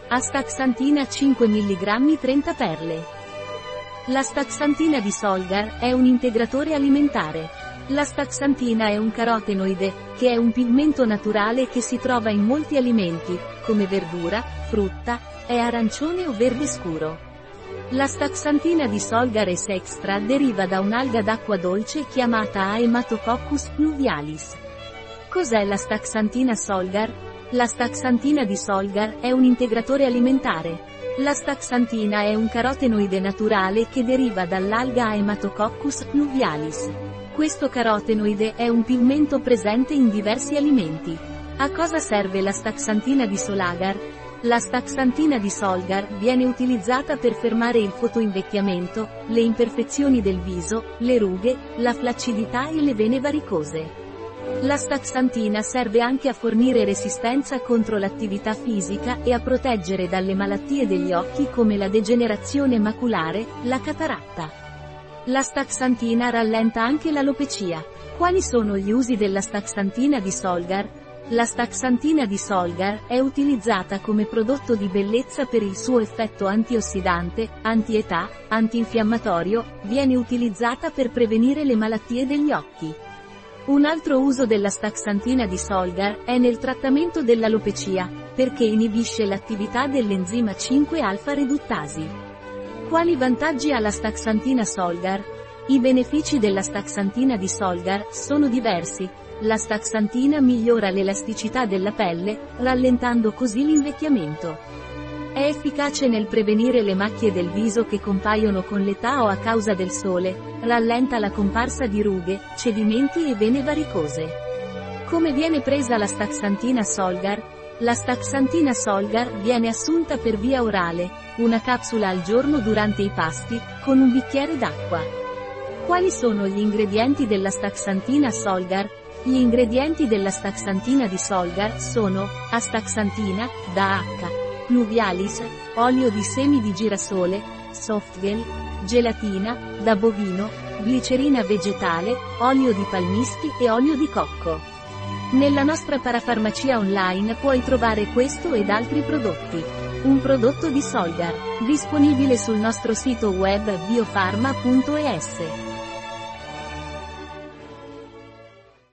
Astaxantina 5 mg 30 perle. L'astaxantina di Solgar è un integratore alimentare. L'astaxantina è un carotenoide, che è un pigmento naturale che si trova in molti alimenti, come verdura, frutta, è arancione o verde scuro. L'astaxantina di Solgar S Extra deriva da un'alga d'acqua dolce chiamata Haematococcus pluvialis. Cos'è l'astaxantina Solgar? L'astaxantina di Solgar è un integratore alimentare. L'astaxantina è un carotenoide naturale che deriva dall'alga Haematococcus pluvialis. Questo carotenoide è un pigmento presente in diversi alimenti. A cosa serve l'astaxantina di Solgar? L'astaxantina di Solgar viene utilizzata per fermare il fotoinvecchiamento, le imperfezioni del viso, le rughe, la flaccidità e le vene varicose. L'astaxantina serve anche a fornire resistenza contro l'attività fisica e a proteggere dalle malattie degli occhi come la degenerazione maculare, la cataratta. L'astaxantina rallenta anche l'alopecia. Quali sono gli usi dell'astaxantina di Solgar? L'astaxantina di Solgar è utilizzata come prodotto di bellezza per il suo effetto antiossidante, anti-età, antinfiammatorio, viene utilizzata per prevenire le malattie degli occhi. Un altro uso dell'astaxantina di Solgar è nel trattamento dell'alopecia, perché inibisce l'attività dell'enzima 5-alfa-reduttasi. Quali vantaggi ha l'astaxantina Solgar? I benefici dell'astaxantina di Solgar sono diversi. L'astaxantina migliora l'elasticità della pelle, rallentando così l'invecchiamento. È efficace nel prevenire le macchie del viso che compaiono con l'età o a causa del sole, rallenta la comparsa di rughe, cedimenti e vene varicose. Come viene presa l'astaxantina Solgar? L'astaxantina Solgar viene assunta per via orale, una capsula al giorno durante i pasti, con un bicchiere d'acqua. Quali sono gli ingredienti dell'astaxantina Solgar? Gli ingredienti dell'astaxantina di Solgar sono astaxantina, da H. Pluvialis, olio di semi di girasole, softgel, gelatina, da bovino, glicerina vegetale, olio di palmisti e olio di cocco. Nella nostra parafarmacia online puoi trovare questo ed altri prodotti. Un prodotto di Solgar, disponibile sul nostro sito web biofarma.es.